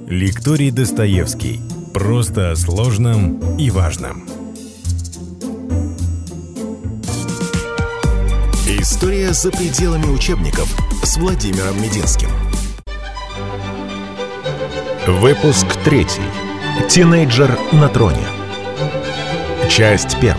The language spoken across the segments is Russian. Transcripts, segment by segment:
Лекторий Достоевский. Просто о сложном и важном. История за пределами учебников с Владимиром Мединским. Выпуск 3. Тинейджер на троне. Часть 1.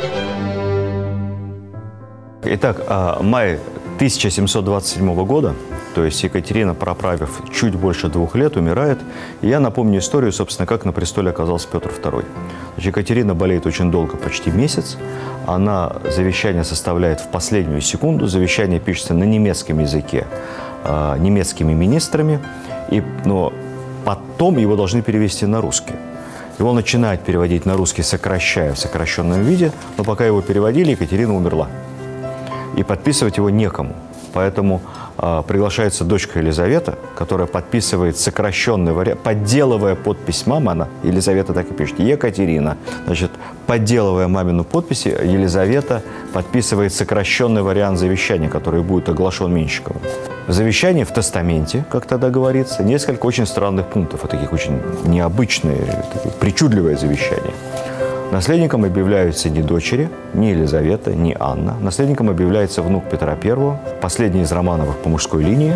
Итак, май 1727 года, то есть Екатерина, проправив чуть больше 2 лет, умирает. И я напомню историю, собственно, как на престоле оказался Петр II. Значит, Екатерина болеет очень долго, почти месяц. Она завещание составляет в последнюю секунду. Завещание пишется на немецком языке, немецкими министрами. Но потом его должны перевести на русский. Его начинают переводить на русский, сокращая в сокращенном виде. Но пока его переводили, Екатерина умерла. И подписывать его некому. Поэтому приглашается дочка Елизавета, которая подписывает сокращенный вариант, подделывая подпись мамы, она, Елизавета так и пишет, Екатерина. Значит, подделывая мамину подпись, Елизавета подписывает сокращенный вариант завещания, который будет оглашен Меньшиковым. В завещании, в тестаменте, как тогда говорится, несколько очень странных пунктов, и таких очень необычные, такие причудливые завещания. Наследником объявляются не дочери, не Елизавета, не Анна. Наследником объявляется внук Петра I, последний из Романовых по мужской линии,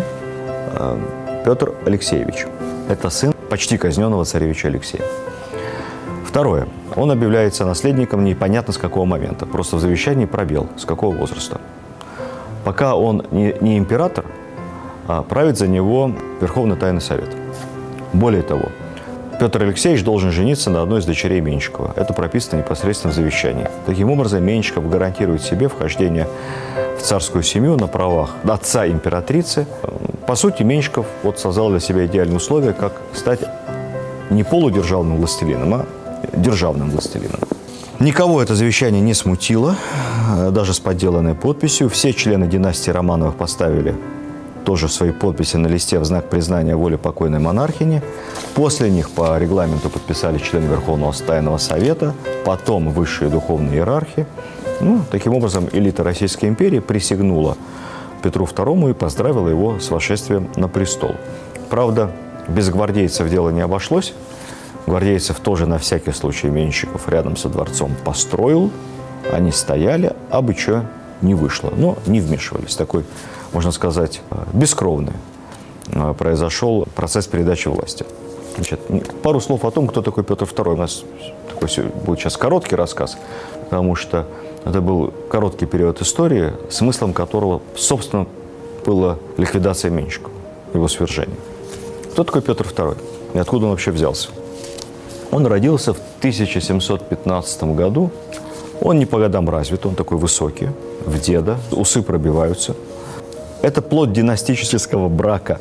Петр Алексеевич. Это сын почти казненного царевича Алексея. Второе. Он объявляется наследником непонятно с какого момента. Просто в завещании пробел, с какого возраста. Пока он не император, правит за него Верховный Тайный Совет. Более того, Петр Алексеевич должен жениться на одной из дочерей Меньшикова. Это прописано непосредственно в завещании. Таким образом, Меньшиков гарантирует себе вхождение в царскую семью на правах отца императрицы. По сути, Меньшиков создал для себя идеальные условия, как стать не полудержавным властелином, а державным властелином. Никого это завещание не смутило, даже с подделанной подписью. Все члены династии Романовых поставили тоже свои подписи на листе в знак признания воли покойной монархини. После них по регламенту подписали члены Верховного Тайного Совета, потом высшие духовные иерархи. Таким образом, элита Российской империи присягнула Петру II и поздравила его с восшествием на престол. Правда, без гвардейцев дело не обошлось. Гвардейцев тоже на всякий случай Меньшиков рядом со дворцом построил. Они стояли, а бы что не вышло. Но не вмешивались. Такой, можно сказать, бескровный произошел процесс передачи власти. Значит, пару слов о том, кто такой Петр II. У нас такой будет сейчас короткий рассказ, потому что это был короткий период истории, смыслом которого, собственно, была ликвидация Меньшикова, его свержение. Кто такой Петр II и откуда он вообще взялся? Он родился в 1715 году. Он не по годам развит, он такой высокий, в деда, усы пробиваются. Это плод династического брака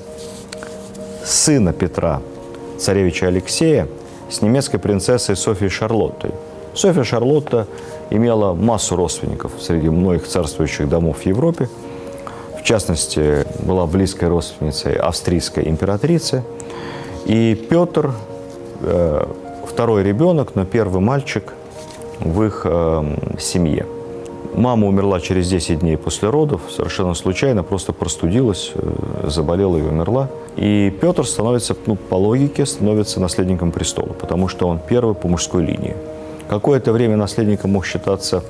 сына Петра, царевича Алексея, с немецкой принцессой Софьей Шарлоттой. Софья Шарлотта имела массу родственников среди многих царствующих домов в Европе. В частности, была близкой родственницей австрийской императрицы. И Петр, второй ребенок, но первый мальчик в их семье. Мама умерла через 10 дней после родов, совершенно случайно, просто простудилась, заболела и умерла. И Петр становится, по логике, становится наследником престола, потому что он первый по мужской линии. Какое-то время наследником мог считаться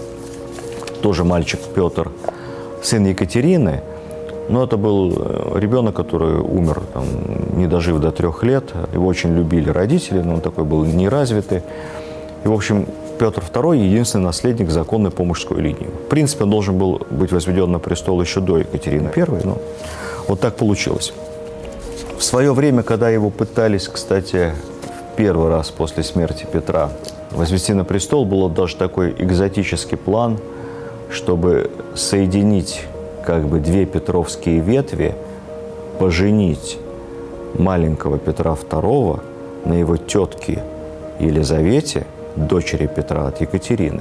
тоже мальчик Петр, сын Екатерины, но это был ребенок, который умер, не дожив до 3 лет. Его очень любили родители, но он такой был неразвитый. И, в общем, Петр II – единственный наследник законный по мужской линии. В принципе, он должен был быть возведен на престол еще до Екатерины I, но вот так получилось. В свое время, когда его пытались, кстати, в первый раз после смерти Петра возвести на престол, был даже такой экзотический план, чтобы соединить 2 петровские ветви, поженить маленького Петра II на его тетке Елизавете, дочери Петра от Екатерины,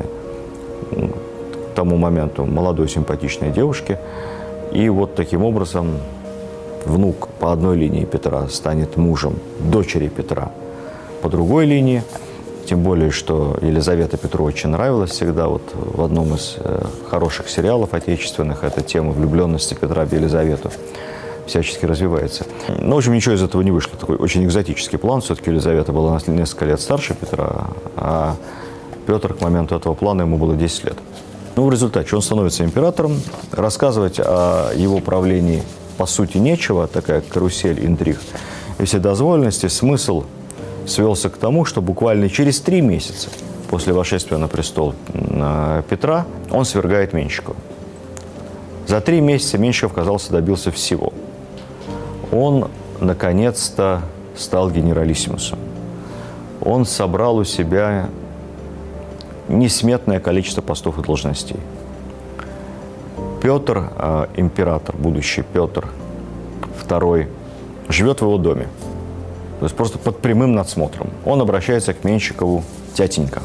к тому моменту молодой симпатичной девушке. И таким образом внук по одной линии Петра станет мужем дочери Петра по другой линии. Тем более, что Елизавета Петру очень нравилась всегда. В одном из хороших сериалов отечественных эта тема влюбленности Петра в Елизавету всячески развивается. Но, в общем, ничего из этого не вышло. Такой очень экзотический план. Все-таки Елизавета была на несколько лет старше Петра, а Петр к моменту этого плана ему было 10 лет. Ну, в результате он становится императором. Рассказывать о его правлении по сути нечего, такая карусель интриг и вседозволенности. Смысл свелся к тому, что буквально через 3 месяца после восшествия на престол Петра он свергает Меньшикова. За 3 месяца Меньшиков, казалось, добился всего. Он, наконец-то, стал генералиссимусом. Он собрал у себя несметное количество постов и должностей. Петр, император, будущий Петр II, живет в его доме. То есть просто под прямым надсмотром. Он обращается к Меньшикову: тятенька,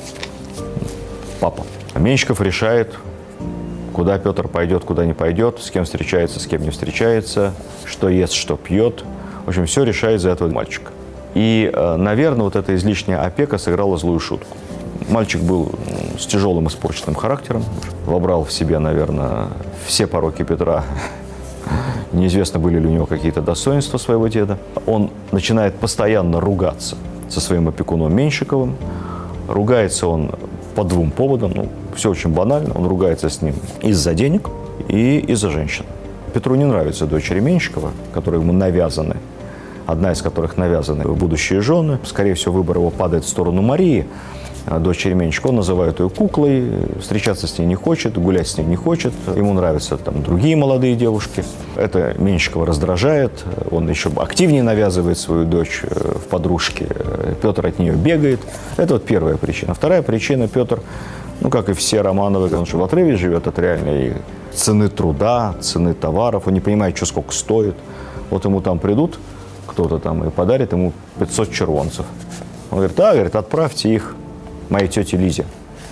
папа. А Меньшиков решает, куда Петр пойдет, куда не пойдет, с кем встречается, с кем не встречается, что ест, что пьет. В общем, все решает за этого мальчика. И, наверное, вот эта излишняя опека сыграла злую шутку. Мальчик был с тяжелым испорченным характером, вобрал в себе, наверное, все пороки Петра. Неизвестно, были ли у него какие-то достоинства своего деда. Он начинает постоянно ругаться со своим опекуном Меньшиковым. Ругается он по 2 поводам. Ну, все очень банально. Он ругается с ним из-за денег и из-за женщин. Петру не нравятся дочери Меньшикова, которые ему навязаны. Одна из которых навязаны будущие жены. Скорее всего, выбор его падает в сторону Марии, дочери Меньшикова. Он называет ее куклой, встречаться с ней не хочет, гулять с ней не хочет. Ему нравятся там другие молодые девушки. Это Меньшикова раздражает. Он еще активнее навязывает свою дочь в подружки. Петр от нее бегает. Это вот первая причина. Вторая причина: Петр, ну, как и все Романовы, он же в отрыве живет от реальной цены труда, цены товаров. Он не понимает, что сколько стоит. Вот ему там придут кто-то там и подарит ему 500 червонцев. Он говорит: говорит, отправьте их моей тете Лизе.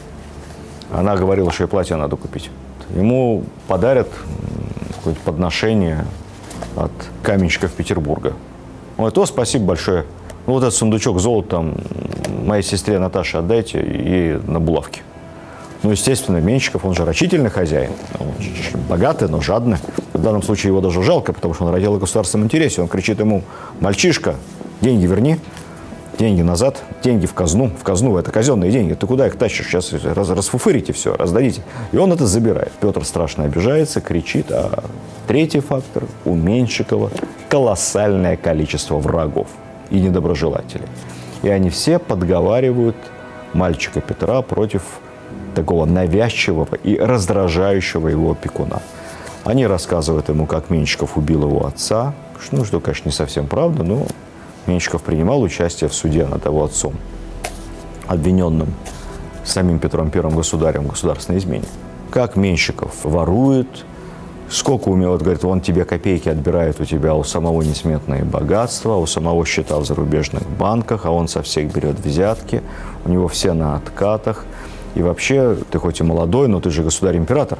Она говорила, что ей платье надо купить. Ему подарят какое-то подношение от каменщиков Петербурга. Он говорит: спасибо большое. Ну, вот этот сундучок золота там моей сестре Наташе отдайте, ей на булавки. Ну, естественно, Меньшиков, он же рачительный хозяин. Он богатый, но жадный. В данном случае его даже жалко, потому что он родил в государственном интересе. Он кричит ему: мальчишка, деньги верни, деньги назад, деньги в казну. В казну — это казенные деньги. Ты куда их тащишь? Сейчас расфуфырите все, раздадите. И он это забирает. Петр страшно обижается, кричит. А третий фактор: у Меньшикова колоссальное количество врагов и недоброжелателей. И они все подговаривают мальчика Петра против такого навязчивого и раздражающего его опекуна. Они рассказывают ему, как Меньшиков убил его отца. Ну, что, конечно, не совсем правда, но Меньшиков принимал участие в суде над его отцом, обвиненным самим Петром I государем в государственной измене. Как Меньшиков ворует, сколько умел, вот, говорит, он тебе копейки отбирает, у тебя у самого несметные богатства, у самого счета в зарубежных банках, а он со всех берет взятки, у него все на откатах. И вообще, ты хоть и молодой, но ты же государь-император,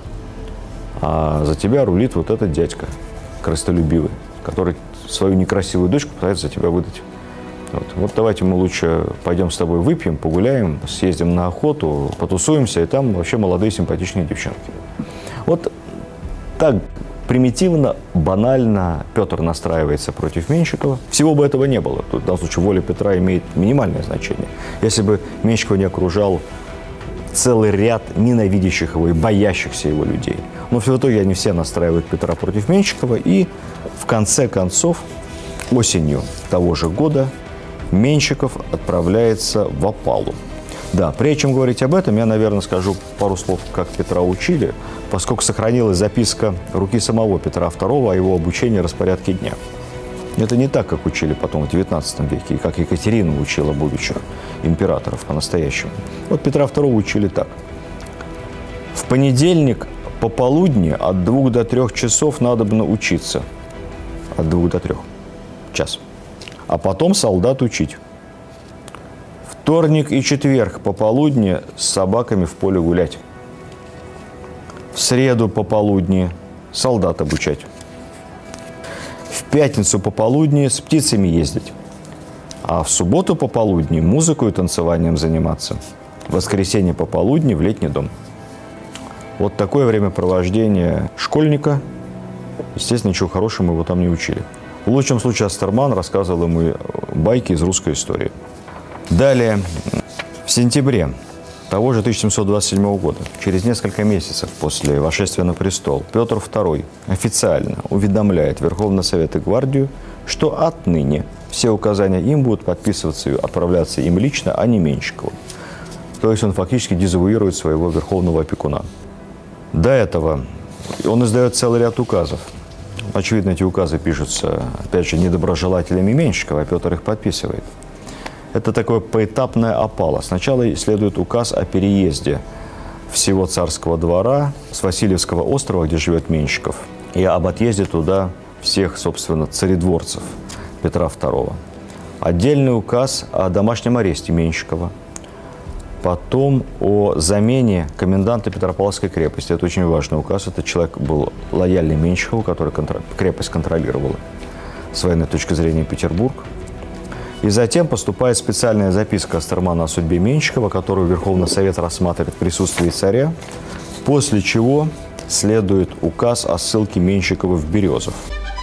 а за тебя рулит вот этот дядька, корыстолюбивый, который свою некрасивую дочку пытается за тебя выдать. Вот давайте мы лучше пойдем с тобой выпьем, погуляем, съездим на охоту, потусуемся, и там вообще молодые симпатичные девчонки. Вот так примитивно, банально Петр настраивается против Меньшикова. Всего бы этого не было. Тут, в данном случае, воля Петра имеет минимальное значение. Если бы Меньшикова не окружал целый ряд ненавидящих его и боящихся его людей. Но в итоге они все настраивают Петра против Меньшикова, и в конце концов, осенью того же года, Меньшиков отправляется в опалу. Да, прежде чем говорить об этом, я, наверное, скажу пару слов, как Петра учили, поскольку сохранилась записка руки самого Петра II о его обучении и распорядке дня. Это не так, как учили потом в XIX веке, и как Екатерина учила будущих императоров по-настоящему. Вот Петра II учили так. В понедельник пополудни от 2 до 3 часов надобно учиться. От 2 до 3. Час. А потом солдат учить. Вторник и четверг пополудни с собаками в поле гулять. В среду пополудни солдат обучать. В пятницу пополудни с птицами ездить. А в субботу пополудни музыкой и танцеванием заниматься. В воскресенье пополудни в летний дом. Вот такое времяпровождение школьника Естественно, ничего хорошего его там не учили. В лучшем случае Астерман рассказывал ему байки из русской истории. Далее, в сентябре того же 1727 года, через несколько месяцев после восшествия на престол, Петр II официально уведомляет Верховный Совет и Гвардию, что отныне все указания им будут подписываться и отправляться им лично, а не Меньшикову. То есть он фактически дезавуирует своего верховного опекуна. До этого он издает целый ряд указов. Очевидно, эти указы пишутся, опять же, недоброжелателями Меньшикова, а Петр их подписывает. Это такое поэтапная опала. Сначала следует указ о переезде всего царского двора с Васильевского острова, где живет Меньшиков, и об отъезде туда всех, собственно, царедворцев Петра II. Отдельный указ о домашнем аресте Меньшикова. Потом о замене коменданта Петропавловской крепости. Это очень важный указ. Этот человек был лояльный Меньшикову, который крепость контролировала с военной точки зрения Петербург. И затем поступает специальная записка Астермана о судьбе Меньшикова, которую Верховный Совет рассматривает в присутствии царя, после чего следует указ о ссылке Меньшикова в Березов.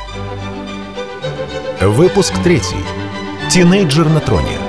Выпуск 3. Тинейджер на троне.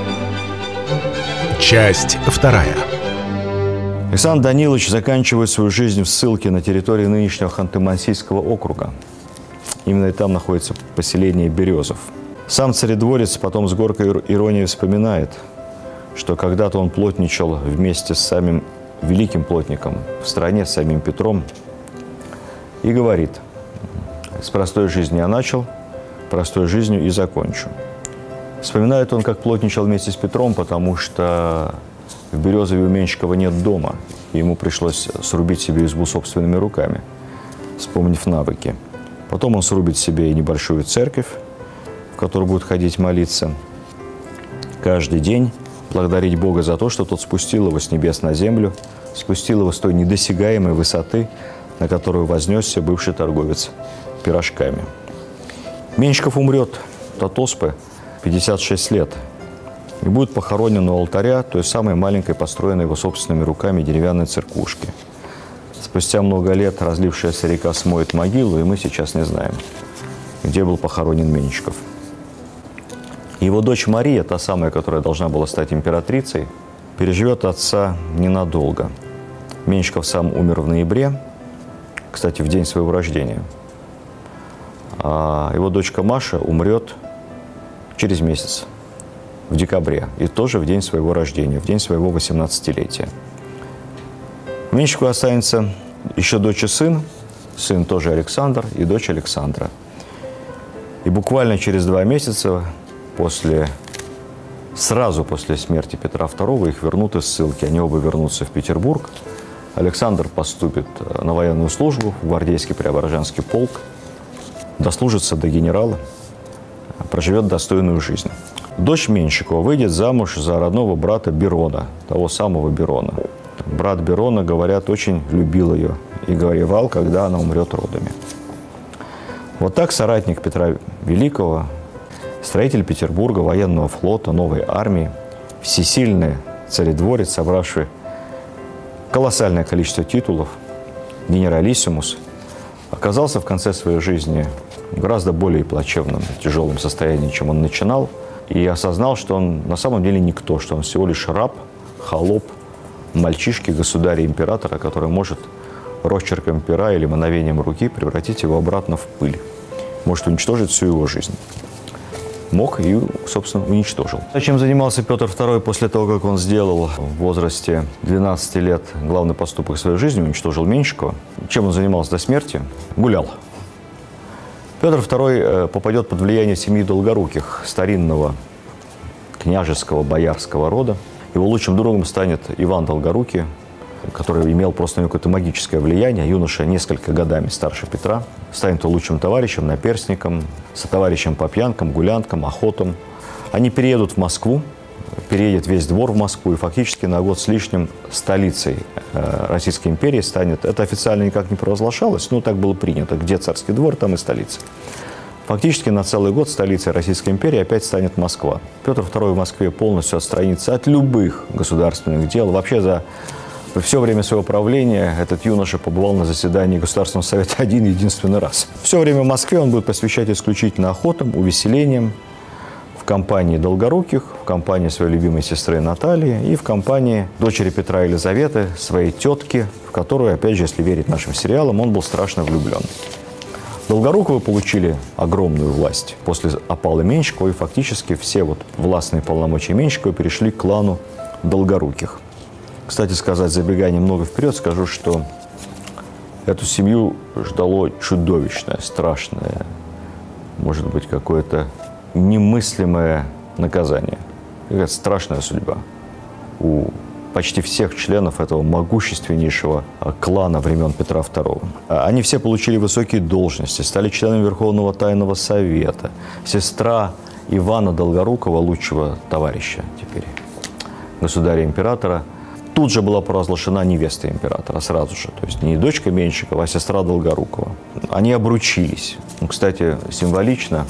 Часть 2. Александр Данилович заканчивает свою жизнь в ссылке на территории нынешнего Ханты-Мансийского округа. Именно и там находится поселение Березов. Сам царедворец потом с горькой иронией вспоминает, что когда-то он плотничал вместе с самим великим плотником в стране, с самим Петром, и говорит: «С простой жизни я начал, простой жизнью и закончу». Вспоминает он, как плотничал вместе с Петром, потому что в Березове у Меньшикова нет дома, и ему пришлось срубить себе избу собственными руками, вспомнив навыки. Потом он срубит себе и небольшую церковь, в которую будет ходить молиться каждый день, благодарить Бога за то, что тот спустил его с небес на землю, спустил его с той недосягаемой высоты, на которую вознесся бывший торговец пирожками. Меньшиков умрет от оспы 56 лет и будет похоронен у алтаря той самой маленькой, построенной его собственными руками деревянной церквушки. Спустя много лет разлившаяся река смоет могилу, и мы сейчас не знаем, где был похоронен Меньшиков. Его дочь Мария, та самая, которая должна была стать императрицей, переживет отца ненадолго. Меньшиков сам умер в ноябре, кстати, в день своего рождения. А его дочка Маша умрет через месяц, в декабре, и тоже в день своего рождения, в день своего 18-летия. Меньшикову останется еще дочь и сын тоже Александр и дочь Александра. И буквально через 2 месяца сразу после смерти Петра II их вернут из ссылки. Они оба вернутся в Петербург. Александр поступит на военную службу в гвардейский Преображенский полк, дослужится до генерала, проживет достойную жизнь. Дочь Меньшикова выйдет замуж за родного брата Берона, того самого Берона. Брат Берона, говорят, очень любил ее и горевал, когда она умрет родами. Вот так соратник Петра Великого, строитель Петербурга, военного флота, новой армии, всесильный царедворец, собравший колоссальное количество титулов, генералиссимус, оказался в конце своей жизни в гораздо более плачевном, тяжелом состоянии, чем он начинал, и осознал, что он на самом деле никто, что он всего лишь раб, холоп, мальчишки государя-императора, который может росчерком пера или мановением руки превратить его обратно в пыль, может уничтожить всю его жизнь. Мог и, собственно, уничтожил. Чем занимался Петр II после того, как он сделал в возрасте 12 лет главный поступок своей жизни, уничтожил Меньшикова? Чем он занимался до смерти? Гулял. Петр II попадет под влияние семьи Долгоруких, старинного княжеского боярского рода. Его лучшим другом станет Иван Долгорукий, который имел просто какое-то магическое влияние. Юноша несколько годами старше Петра. Станет лучшим товарищем, наперстником, сотоварищем по пьянкам, гулянкам, охотам. Они переедут в Москву, переедет весь двор в Москву, и фактически на год с лишним столицей Российской империи станет. Это официально никак не провозглашалось, но так было принято. Где царский двор, там и столица. Фактически на целый год столицей Российской империи опять станет Москва. Петр II в Москве полностью отстранится от любых государственных дел. Вообще за Все время своего правления этот юноша побывал на заседании Государственного совета один единственный раз. Все время в Москве он будет посвящать исключительно охотам, увеселениям, в компании Долгоруких, в компании своей любимой сестры Натальи и в компании дочери Петра Елизаветы, своей тетки, в которую, опять же, если верить нашим сериалам, он был страшно влюблен. Долгоруковы получили огромную власть после опалы Меньшикова, и фактически все властные полномочия Меньшикова перешли к клану Долгоруких. Кстати сказать, забегая немного вперед, скажу, что эту семью ждало чудовищное, страшное, может быть, какое-то немыслимое наказание. Какая-то страшная судьба у почти всех членов этого могущественнейшего клана времен Петра II. Они все получили высокие должности, стали членами Верховного Тайного Совета. Сестра Ивана Долгорукова, лучшего товарища теперь государя-императора, тут же была провозглашена невестой императора сразу же. То есть не дочка Меньшикова, а сестра Долгорукова. Они обручились. Кстати, символично,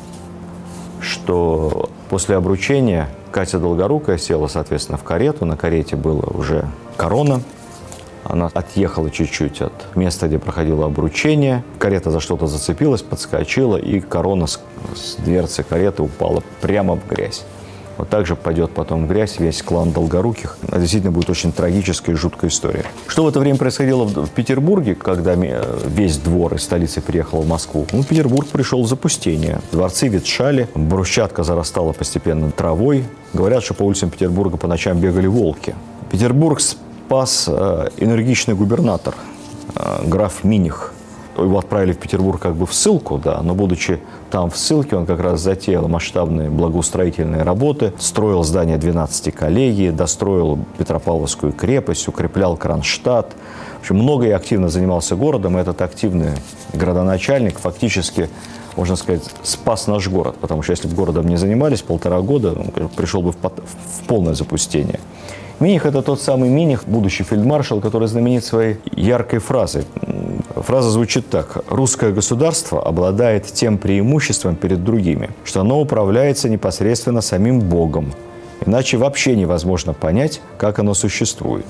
что после обручения Катя Долгорукая села, соответственно, в карету. На карете была уже корона. Она отъехала чуть-чуть от места, где проходило обручение. Карета за что-то зацепилась, подскочила, и корона с дверцы кареты упала прямо в грязь. Вот так же пойдет потом в грязь весь клан Долгоруких. Это действительно будет очень трагическая и жуткая история. Что в это время происходило в Петербурге, когда весь двор из столицы переехал в Москву? Петербург пришел в запустение. Дворцы ветшали, брусчатка зарастала постепенно травой. Говорят, что по улицам Петербурга по ночам бегали волки. Петербург спас энергичный губернатор, граф Миних. Его отправили в Петербург как бы в ссылку, да, но будучи там в ссылке, он как раз затеял масштабные благоустроительные работы, строил здание 12 коллегий, достроил Петропавловскую крепость, укреплял Кронштадт. В общем, много и активно занимался городом, и этот активный градоначальник фактически, можно сказать, спас наш город, потому что если бы городом не занимались 1,5 года, он пришел бы в полное запустение. Миних – это тот самый Миних, будущий фельдмаршал, который знаменит своей яркой фразой. Фраза звучит так: «Русское государство обладает тем преимуществом перед другими, что оно управляется непосредственно самим Богом. Иначе вообще невозможно понять, как оно существует».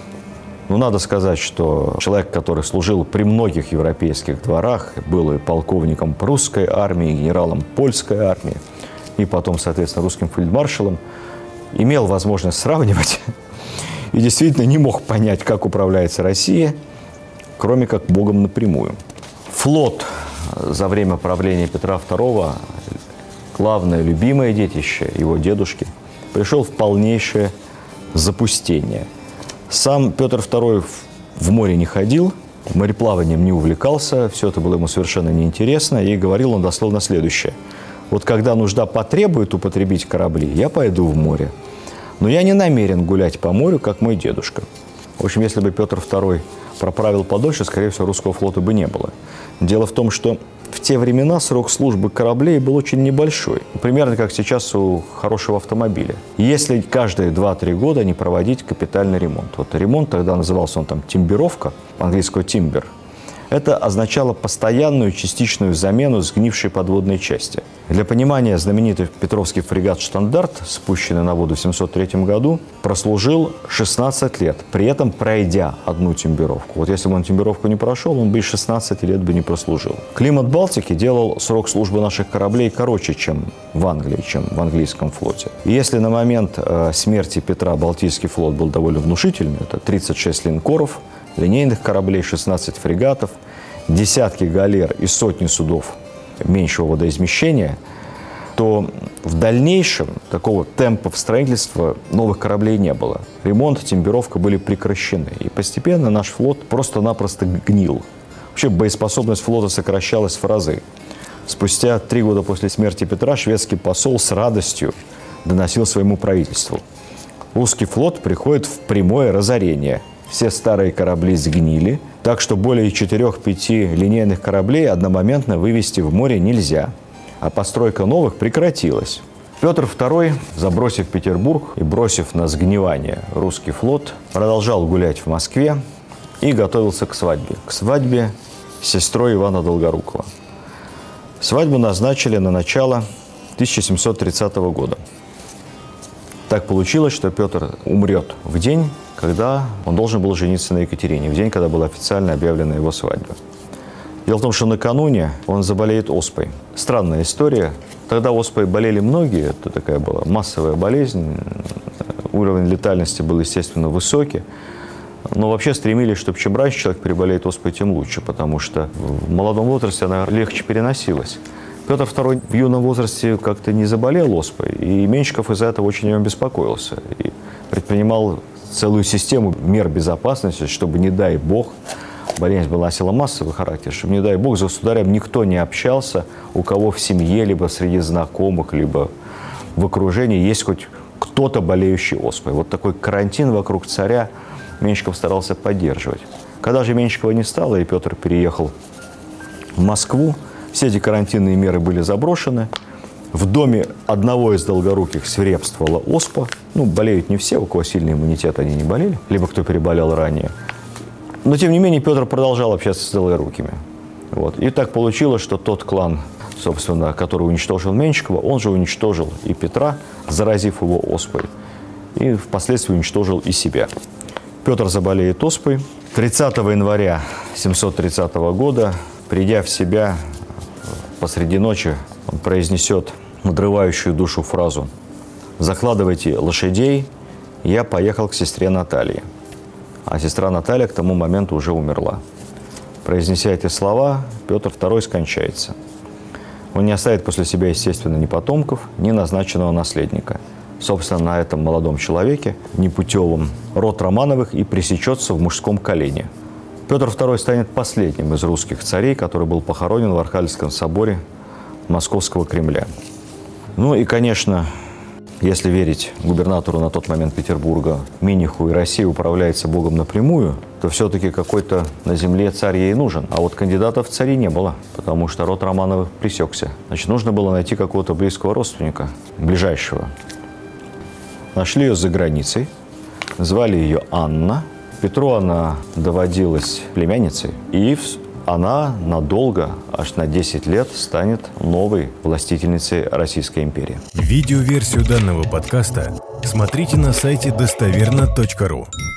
Надо сказать, что человек, который служил при многих европейских дворах, был и полковником прусской армии, и генералом польской армии, и потом, соответственно, русским фельдмаршалом, имел возможность сравнивать и действительно не мог понять, как управляется Россия, кроме как Богом напрямую. Флот за время правления Петра II, главное, любимое детище его дедушки, пришел в полнейшее запустение. Сам Петр II в море не ходил, мореплаванием не увлекался, все это было ему совершенно неинтересно, и говорил он дословно следующее: «Вот когда нужда потребует употребить корабли, я пойду в море. Но я не намерен гулять по морю, как мой дедушка». В общем, если бы Петр II проправил подольше, скорее всего, русского флота бы не было. Дело в том, что в те времена срок службы кораблей был очень небольшой. Примерно как сейчас у хорошего автомобиля. Если каждые 2-3 года не проводить капитальный ремонт. Вот ремонт, тогда назывался он там тимбировка, английского тимбер. Это означало постоянную частичную замену сгнившей подводной части. Для понимания, знаменитый петровский фрегат «Штандарт», спущенный на воду в 703 году, прослужил 16 лет, при этом пройдя одну тимбировку. Вот если бы он тимбировку не прошел, он бы и 16 лет бы не прослужил. Климат Балтики делал срок службы наших кораблей короче, чем в Англии, чем в английском флоте. И если на момент смерти Петра Балтийский флот был довольно внушительный, это 36 линкоров, линейных кораблей, 16 фрегатов, десятки галер и сотни судов меньшего водоизмещения, то в дальнейшем такого темпа строительства новых кораблей не было. Ремонт, тимбировка были прекращены. И постепенно наш флот просто-напросто гнил. Вообще боеспособность флота сокращалась в разы. Спустя 3 года после смерти Петра шведский посол с радостью доносил своему правительству: русский флот приходит в прямое разорение. Все старые корабли сгнили, так что более 4-5 линейных кораблей одномоментно вывести в море нельзя, а постройка новых прекратилась. Петр II, забросив Петербург и бросив на сгнивание русский флот, продолжал гулять в Москве и готовился к свадьбе. К свадьбе с сестрой Ивана Долгорукова. Свадьбу назначили на начало 1730 года. Так получилось, что Петр умрет в день, когда он должен был жениться на Екатерине, в день, когда была официально объявлена его свадьба. Дело в том, что накануне он заболеет оспой. Странная история. Тогда оспой болели многие, это такая была массовая болезнь, уровень летальности был, естественно, высокий. Но вообще стремились, чтобы чем раньше человек переболеет оспой, тем лучше, потому что в молодом возрасте она легче переносилась. Петр II в юном возрасте как-то не заболел оспой, и Меньшиков из-за этого очень о нем беспокоился. И предпринимал целую систему мер безопасности, чтобы, не дай бог, болезнь была носила массовый характер, чтобы, не дай бог, за государем никто не общался, у кого в семье, либо среди знакомых, либо в окружении есть хоть кто-то, болеющий оспой. Вот такой карантин вокруг царя Меньшиков старался поддерживать. Когда же Меньшикова не стало, и Петр переехал в Москву, все эти карантинные меры были заброшены. В доме одного из Долгоруких свирепствовала оспа. Ну, болеют не все, у кого сильный иммунитет, они не болели, либо кто переболел ранее. Но, тем не менее, Петр продолжал общаться с Долгорукими. Вот. И так получилось, что тот клан, собственно, который уничтожил Меньшикова, он же уничтожил и Петра, заразив его оспой, и впоследствии уничтожил и себя. Петр заболеет оспой. 30 января 730 года, придя в себя, посреди ночи он произнесет надрывающую душу фразу: «Закладывайте лошадей, я поехал к сестре Наталье». А сестра Наталья к тому моменту уже умерла. Произнеся эти слова, Петр II скончается. Он не оставит после себя, естественно, ни потомков, ни назначенного наследника. Собственно, на этом молодом человеке, непутевом, род Романовых и пресечется в мужском колене. Петр II станет последним из русских царей, который был похоронен в Архангельском соборе Московского Кремля. Ну и, конечно, если верить губернатору на тот момент Петербурга Миниху, и Россия управляется Богом напрямую, то все-таки какой-то на земле царь ей нужен. А вот кандидатов в цари не было, потому что род Романовых пресекся. Значит, нужно было найти какого-то близкого родственника, ближайшего. Нашли ее за границей, звали ее Анна. Петру она доводилась племянницей, и она надолго, аж на 10 лет, станет новой властительницей Российской империи. Видеоверсию данного подкаста смотрите на сайте достоверно.ру.